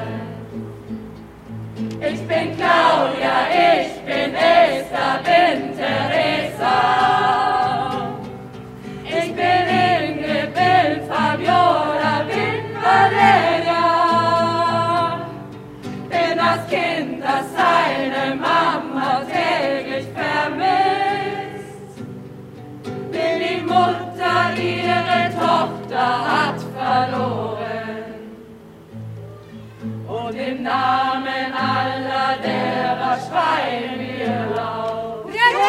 Ich bin Claudia, ich bin Esther, bin Teresa. Ich bin Ingrid, bin Fabiola, bin Valeria. Bin das Kind, das seine Mama täglich vermisst. Bin die Mutter, die ihre Tochter hat verloren. Und im Namen aller derer schreien wir laut.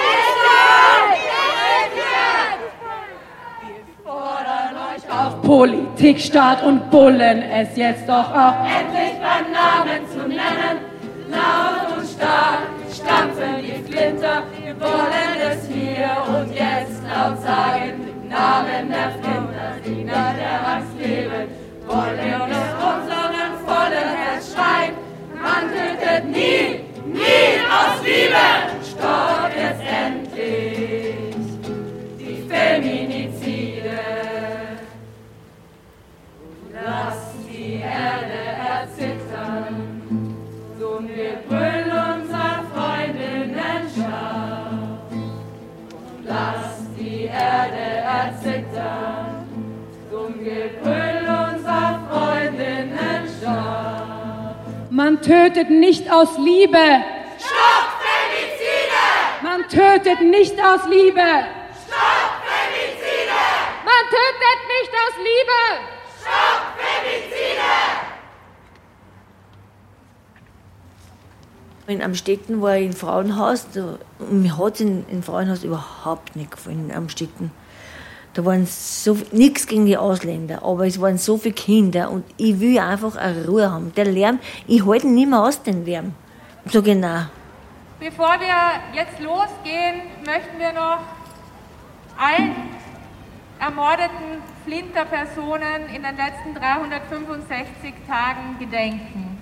Wir fordern euch auf, Politik, Staat und Bullen, es jetzt doch auch endlich beim Namen zu nennen. Laut und stark stampfen die Flinter, wir wollen es hier und jetzt laut sagen. Im Namen der Flinter, Diener der Angst leben, wollen wir unseren vollen Herz schreien. Man tötet nie, nie aus Liebe. Stopp jetzt endlich die Feminizide. Lass die Erde erzittern zum Gebrüll unserer Freundinnenschar. Lass die Erde erzittern zum Gebrüll unserer Freundinnenschar.
Man tötet nicht aus Liebe.
Stopp Femizide!
Man tötet nicht aus Liebe.
Stopp Femizide!
Man tötet nicht aus Liebe.
Stopp Femizide!
In Amstetten war ich im Frauenhaus. Da, mir hat es in, im Frauenhaus überhaupt nicht gefallen, in Amstetten. Da waren so nichts gegen die Ausländer, aber es waren so viele Kinder und ich will einfach eine Ruhe haben. Der Lärm, ich halte nicht mehr aus, den Lärm. So genau.
Bevor wir jetzt losgehen, möchten wir noch allen ermordeten Flinter-Personen in den letzten dreihundertfünfundsechzig Tagen gedenken.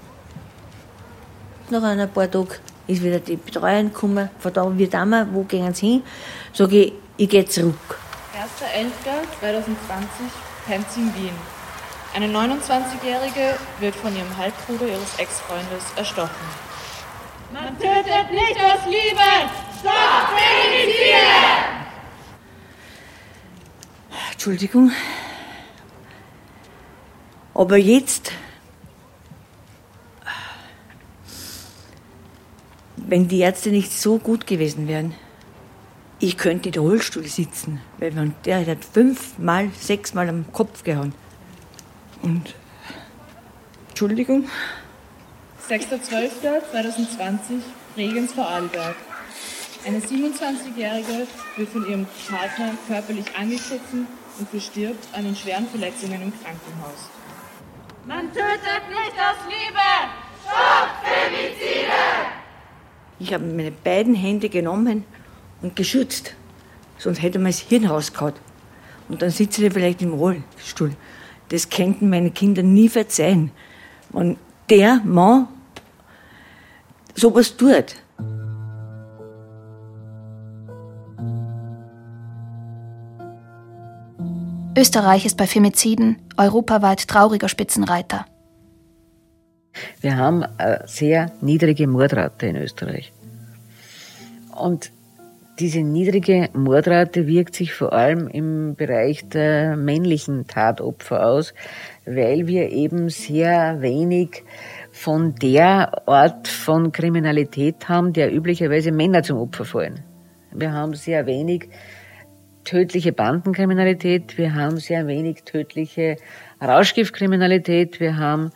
Nach ein paar Tagen ist wieder die Betreuerin gekommen, von da wird einmal, wo gehen sie hin? Sage ich, ich gehe zurück.
erster elfter zweitausendzwanzig, Penzing, Wien. Eine neunundzwanzigjährige wird von ihrem Halbbruder ihres Ex-Freundes erstochen.
Man tötet nicht aus Liebe! Stopp Feminizide!
Entschuldigung. Aber jetzt, wenn die Ärzte nicht so gut gewesen wären, ich könnte in der Rollstuhl sitzen, weil man, der hat fünfmal, sechsmal am Kopf gehauen. Und, Entschuldigung.
sechster zwölfter zweitausendzwanzig, Bregenz vor Arlberg. Eine siebenundzwanzigjährige wird von ihrem Partner körperlich angegriffen und verstirbt an den schweren Verletzungen im Krankenhaus.
Man tötet nicht aus Liebe! Stopp Femizide!
Ich habe meine beiden Hände genommen und geschützt. Sonst hätte man das Hirn rausgehauen. Und dann sitze ich vielleicht im Rollstuhl. Das könnten meine Kinder nie verzeihen. Wenn der Mann sowas tut.
Österreich ist bei Femiziden europaweit trauriger Spitzenreiter.
Wir haben eine sehr niedrige Mordrate in Österreich. Und diese niedrige Mordrate wirkt sich vor allem im Bereich der männlichen Tatopfer aus, weil wir eben sehr wenig von der Art von Kriminalität haben, der üblicherweise Männer zum Opfer fallen. Wir haben sehr wenig tödliche Bandenkriminalität, wir haben sehr wenig tödliche Rauschgiftkriminalität, wir haben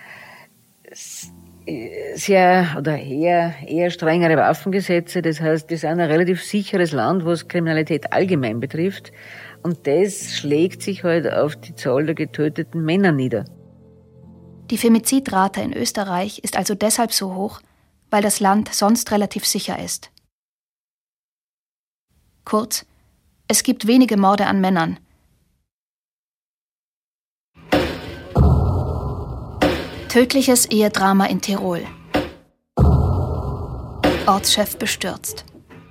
sehr oder eher, eher strengere Waffengesetze. Das heißt, wir sind ein relativ sicheres Land, was Kriminalität allgemein betrifft. Und das schlägt sich halt auf die Zahl der getöteten Männer nieder.
Die Femizidrate in Österreich ist also deshalb so hoch, weil das Land sonst relativ sicher ist. Kurz, es gibt wenige Morde an Männern. Tödliches Ehedrama in Tirol. Ortschef bestürzt.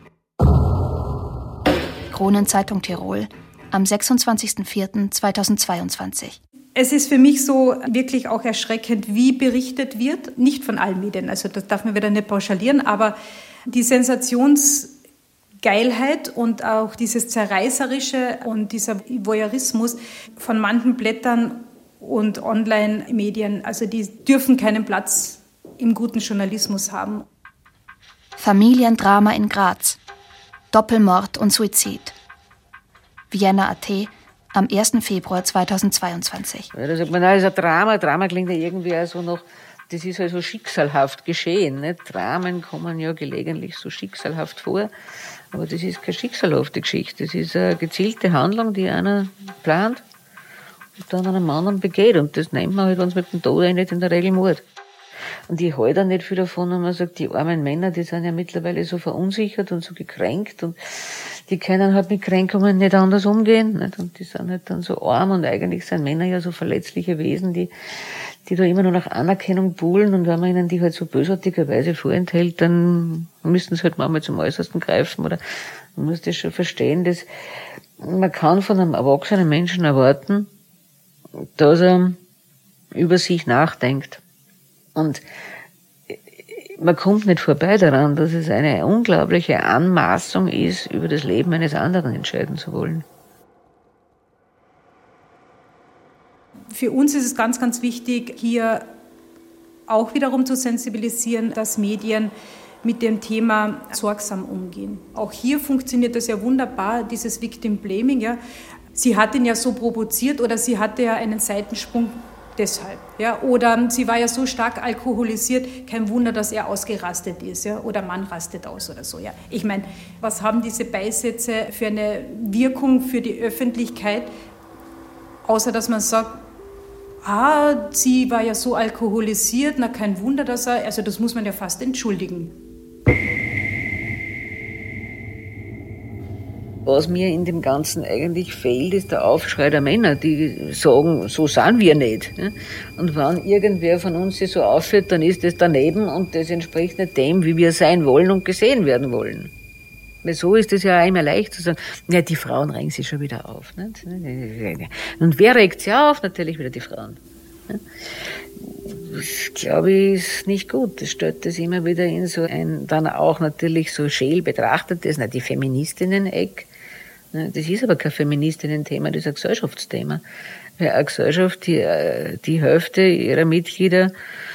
Kronenzeitung Tirol am sechsundzwanzigster vierter zweitausendzweiundzwanzig.
Es ist für mich so wirklich auch erschreckend, wie berichtet wird. Nicht von allen Medien, also das darf man wieder nicht pauschalieren, aber die Sensationsgeilheit und auch dieses Zerreißerische und dieser Voyeurismus von manchen Blättern und Online-Medien, also die dürfen keinen Platz im guten Journalismus haben.
Familiendrama in Graz. Doppelmord und Suizid. Vienna Punkt at am erster Februar zweitausendzweiundzwanzig.
Ja, da sagt man, das ist ein Drama. Drama klingt ja irgendwie auch so noch, das ist also schicksalhaft geschehen. Nicht? Dramen kommen ja gelegentlich so schicksalhaft vor. Aber das ist keine schicksalhafte Geschichte. Das ist eine gezielte Handlung, die einer plant und dann einem anderen begeht. Und das nennt man halt, wenn es mit dem Tod endet, in der Regel Mord. Und ich halte auch nicht viel davon, wenn man sagt, die armen Männer, die sind ja mittlerweile so verunsichert und so gekränkt und die können halt mit Kränkungen nicht anders umgehen. Nicht? Und die sind halt dann so arm und eigentlich sind Männer ja so verletzliche Wesen, die, die da immer nur nach Anerkennung buhlen und wenn man ihnen die halt so bösartigerweise vorenthält, dann müssen sie halt manchmal zum Äußersten greifen oder man muss das schon verstehen, dass man kann von einem erwachsenen Menschen erwarten, dass er über sich nachdenkt. Und man kommt nicht vorbei daran, dass es eine unglaubliche Anmaßung ist, über das Leben eines anderen entscheiden zu wollen.
Für uns ist es ganz, ganz wichtig, hier auch wiederum zu sensibilisieren, dass Medien mit dem Thema sorgsam umgehen. Auch hier funktioniert das ja wunderbar, dieses Victim Blaming. Ja. Sie hat ihn ja so provoziert oder sie hatte ja einen Seitensprung deshalb. Ja. Oder sie war ja so stark alkoholisiert, kein Wunder, dass er ausgerastet ist. Ja. Oder Mann rastet aus oder so. Ja. Ich meine, was haben diese Beisätze für eine Wirkung für die Öffentlichkeit, außer dass man sagt, ah, sie war ja so alkoholisiert, na kein Wunder, dass er, also das muss man ja fast entschuldigen.
Was mir in dem Ganzen eigentlich fehlt, ist der Aufschrei der Männer, die sagen, so sind wir nicht. Und wenn irgendwer von uns sich so aufführt, dann ist das daneben und das entspricht nicht dem, wie wir sein wollen und gesehen werden wollen. Weil so ist es ja auch immer leicht zu sagen, ja, die Frauen regen sich schon wieder auf. Nicht? Und wer regt sich auf? Natürlich wieder die Frauen. Das, glaube ich, ist nicht gut. Das stellt das immer wieder in so ein, dann auch natürlich so scheel betrachtet, das ist nicht die Feministinnen-Eck. Das ist aber kein Feministinnen-Thema, das ist ein Gesellschaftsthema. Weil eine Gesellschaft, die die Hälfte ihrer Mitglieder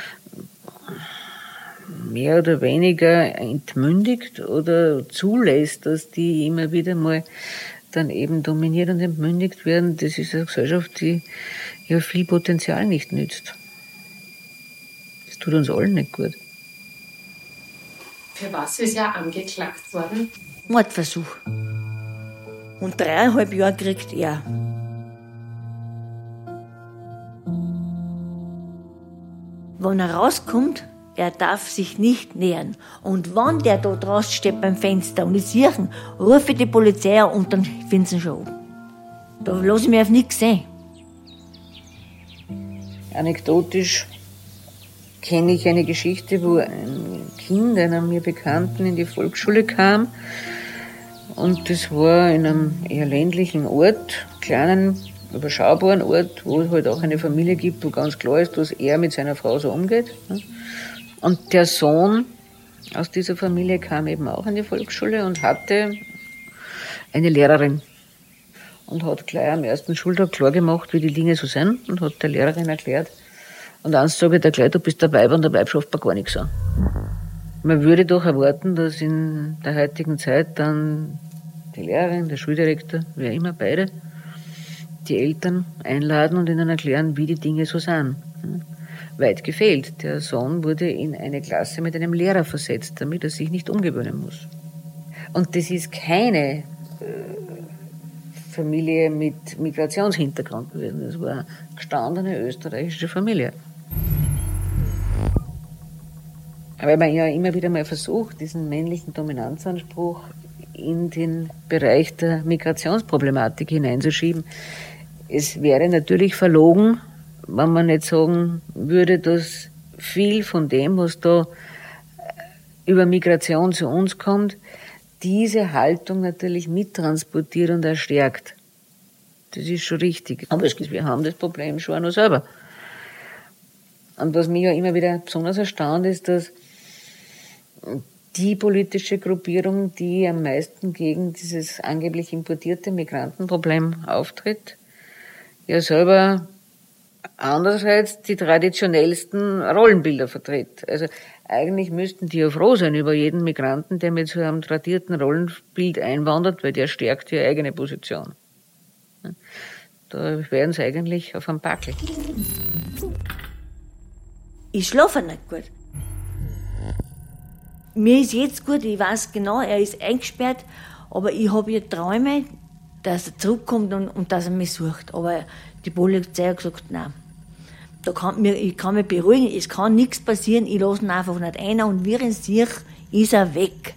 mehr oder weniger entmündigt oder zulässt, dass die immer wieder mal dann eben dominiert und entmündigt werden, das ist eine Gesellschaft, die ja viel Potenzial nicht nützt. Das tut uns allen nicht gut.
Für was ist er angeklagt worden?
Mordversuch. Und dreieinhalb Jahre kriegt er. Wenn er rauskommt, er darf sich nicht nähern. Und wenn der da draußen steht beim Fenster und ich sehe ihn, rufe ich die Polizei an und dann finden sie ihn schon an. Da lasse ich mich auf nichts sehen.
Anekdotisch kenne ich eine Geschichte, wo ein Kind einer mir Bekannten in die Volksschule kam. Und das war in einem eher ländlichen Ort, kleinen, überschaubaren Ort, wo es halt auch eine Familie gibt, wo ganz klar ist, dass er mit seiner Frau so umgeht. Und der Sohn aus dieser Familie kam eben auch in die Volksschule und hatte eine Lehrerin. Und hat gleich am ersten Schultag klar gemacht, wie die Dinge so sind, und hat der Lehrerin erklärt. Und eins sage ich dir gleich, du bist der Weib und der Weib schafft man gar nichts an. Man würde doch erwarten, dass in der heutigen Zeit dann die Lehrerin, der Schuldirektor, wer immer, beide, die Eltern einladen und ihnen erklären, wie die Dinge so sind. Weit gefehlt. Der Sohn wurde in eine Klasse mit einem Lehrer versetzt, damit er sich nicht umgewöhnen muss. Und das ist keine äh, Familie mit Migrationshintergrund gewesen. Das war eine gestandene österreichische Familie. Weil man ja immer wieder mal versucht, diesen männlichen Dominanzanspruch in den Bereich der Migrationsproblematik hineinzuschieben. Es wäre natürlich verlogen, wenn man nicht sagen würde, dass viel von dem, was da über Migration zu uns kommt, diese Haltung natürlich mittransportiert und erstärkt. Das ist schon richtig. Aber wir haben das Problem schon auch noch selber. Und was mich ja immer wieder besonders erstaunt, ist, dass die politische Gruppierung, die am meisten gegen dieses angeblich importierte Migrantenproblem auftritt, ja selber andererseits die traditionellsten Rollenbilder vertritt. Also eigentlich müssten die ja froh sein über jeden Migranten, der mit so einem tradierten Rollenbild einwandert, weil der stärkt ihre eigene Position. Da wären sie eigentlich auf einem Backel.
Ich schlafe nicht gut. Mir ist jetzt gut, ich weiß genau, er ist eingesperrt, aber ich habe ja Träume, dass er zurückkommt und, und dass er mich sucht. Aber die Polizei hat gesagt, nein. Da kann, mir, ich kann mich beruhigen, es kann nichts passieren, ich lasse ihn einfach nicht ein und wie er sich, ist er weg.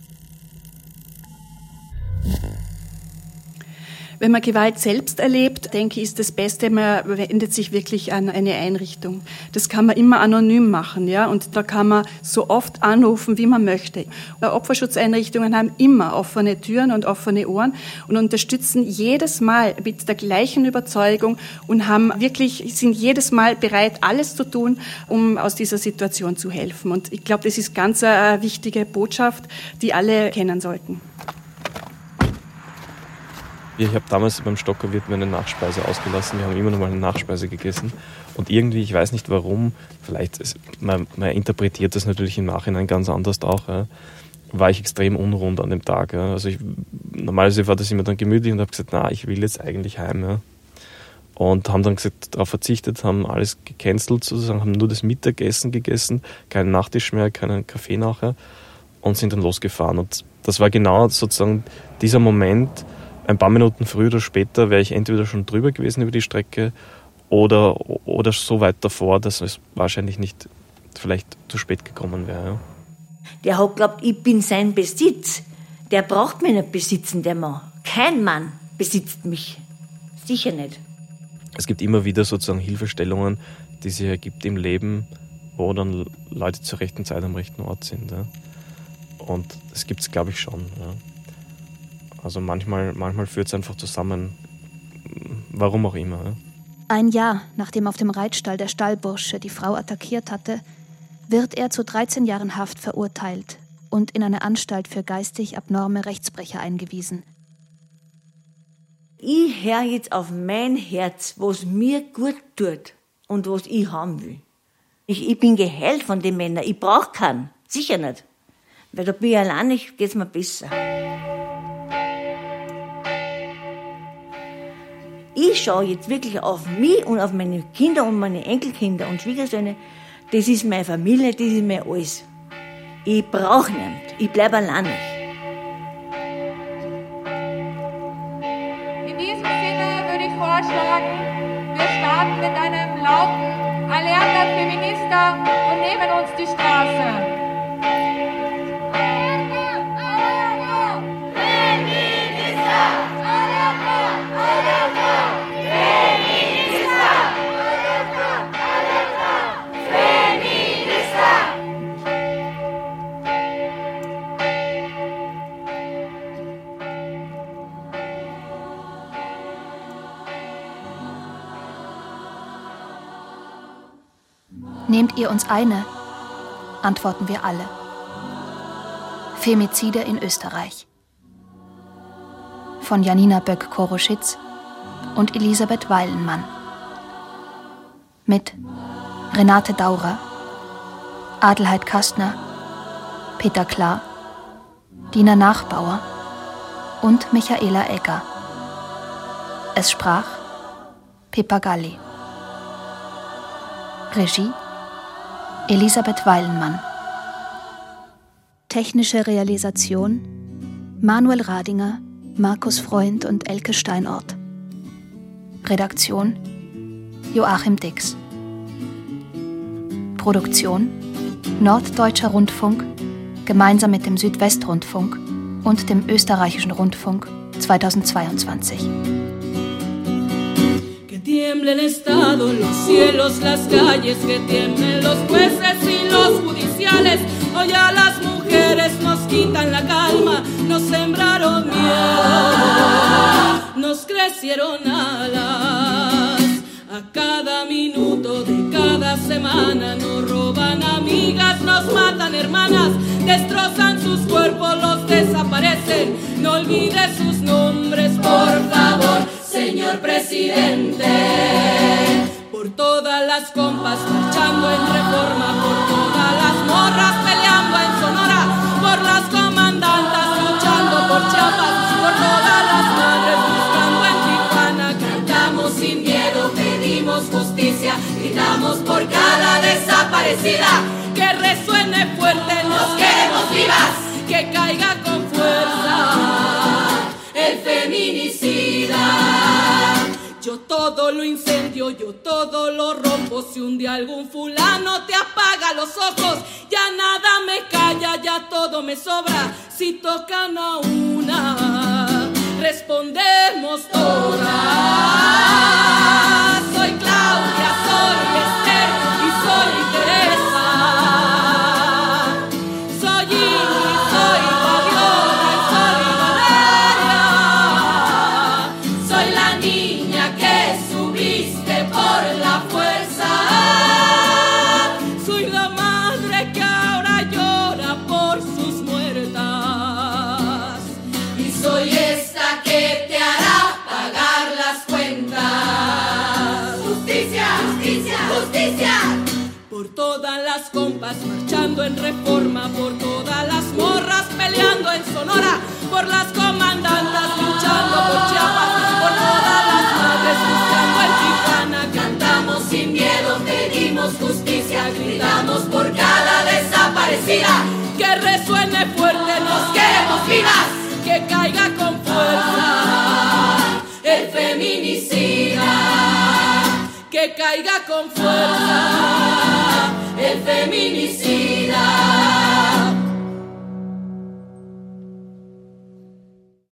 Wenn man Gewalt selbst erlebt, denke ich, ist das Beste, man wendet sich wirklich an eine Einrichtung. Das kann man immer anonym machen, ja, und da kann man so oft anrufen, wie man möchte. Opferschutzeinrichtungen haben immer offene Türen und offene Ohren und unterstützen jedes Mal mit der gleichen Überzeugung und haben wirklich, sind jedes Mal bereit, alles zu tun, um aus dieser Situation zu helfen. Und ich glaube, das ist ganz eine wichtige Botschaft, die alle kennen sollten.
Ich habe damals beim Stockerwirt mir eine Nachspeise ausgelassen. Wir haben immer noch mal eine Nachspeise gegessen. Und irgendwie, ich weiß nicht warum, vielleicht, ist, man, man interpretiert das natürlich im Nachhinein ganz anders auch, ja, war ich extrem unrund an dem Tag. Ja. Also ich, normalerweise war das immer dann gemütlich und habe gesagt, na, ich will jetzt eigentlich heim. Ja. Und haben dann gesagt, darauf verzichtet, haben alles gecancelt sozusagen, haben nur das Mittagessen gegessen, keinen Nachtisch mehr, keinen Kaffee nachher und sind dann losgefahren. Und das war genau sozusagen dieser Moment. Ein paar Minuten früher oder später wäre ich entweder schon drüber gewesen über die Strecke oder, oder so weit davor, dass es wahrscheinlich nicht vielleicht zu spät gekommen wäre. Ja.
Der hat geglaubt, ich bin sein Besitz. Der braucht mich nicht besitzen, der Mann. Kein Mann besitzt mich. Sicher nicht.
Es gibt immer wieder sozusagen Hilfestellungen, die sich ergibt im Leben, wo dann Leute zur rechten Zeit am rechten Ort sind. Ja. Und das gibt es, glaube ich, schon. Ja. Also manchmal, manchmal führt es einfach zusammen, warum auch immer. Ja.
Ein Jahr, nachdem auf dem Reitstall der Stallbursche die Frau attackiert hatte, wird er zu dreizehn Jahren Haft verurteilt und in eine Anstalt für geistig abnorme Rechtsbrecher eingewiesen.
Ich höre jetzt auf mein Herz, was mir gut tut und was ich haben will. Ich, ich bin geheilt von den Männern. Ich brauche keinen. Sicher nicht. Weil da bin ich allein, geht es mir besser. Ich schaue jetzt wirklich auf mich und auf meine Kinder und meine Enkelkinder und Schwiegersöhne. Das ist meine Familie, das ist mein alles. Ich brauche nichts. Ich bleibe alleine.
In diesem Sinne würde ich vorschlagen, wir starten mit einem lauten Alerta Feminista und nehmen uns die Straße.
Nehmt ihr uns eine? Antworten wir alle. Femizide in Österreich. Von Janina Böck-Koroschitz und Elisabeth Weilenmann. Mit Renate Daurer, Adelheid Kastner, Peter Klar, Dina Nachbauer und Michaela Egger. Es sprach Pippa Galli. Regie Elisabeth Weilenmann. Technische Realisation Manuel Radinger, Markus Freund und Elke Steinort. Redaktion Joachim Dix. Produktion Norddeutscher Rundfunk gemeinsam mit dem Südwestrundfunk und dem Österreichischen Rundfunk zweitausendzweiundzwanzig.
Tiembla el Estado, los cielos, las calles, que tiemblen los jueces y los judiciales. Hoy a las mujeres nos quitan la calma, nos sembraron miedo, nos crecieron alas. A cada minuto de cada semana nos roban amigas, nos matan hermanas, destrozan sus cuerpos, los desaparecen. No olvide sus nombres, por favor, señor presidente. Por todas las compas marchando en Reforma, por todas las morras peleando en Sonora, por las comandantas luchando por Chiapas, por todas las madres buscando en Tijuana. Cantamos sin miedo, pedimos justicia, gritamos por cada desaparecida. Que resuene fuerte, nos queremos vivas, que caiga con fuerza el feminicida. Yo todo lo incendio, yo todo lo rompo. Si un día algún fulano te apaga los ojos, ya nada me calla, ya todo me sobra. Si tocan a una, respondemos todas. Soy Claudia, soy Esther y soy Teresa. Soy Ingrid, soy Fabiola y soy Valeria. Soy la niña que subiste por la fuerza. Soy la madre que ahora llora por sus muertas. Y soy esta que te hará pagar las cuentas. Justicia, justicia, justicia. Por todas las compas marchando en Reforma, por todas las morras peleando en Sonora, por las comandantas luchando por Chiapas, por todas las madres buscando en Tijuana. Cantamos sin miedo, pedimos justicia, gritamos por cada desaparecida. Que resuene fuerte, nos queremos vivas, que caiga con fuerza el feminicida. Que caiga con fuerza el feminicida.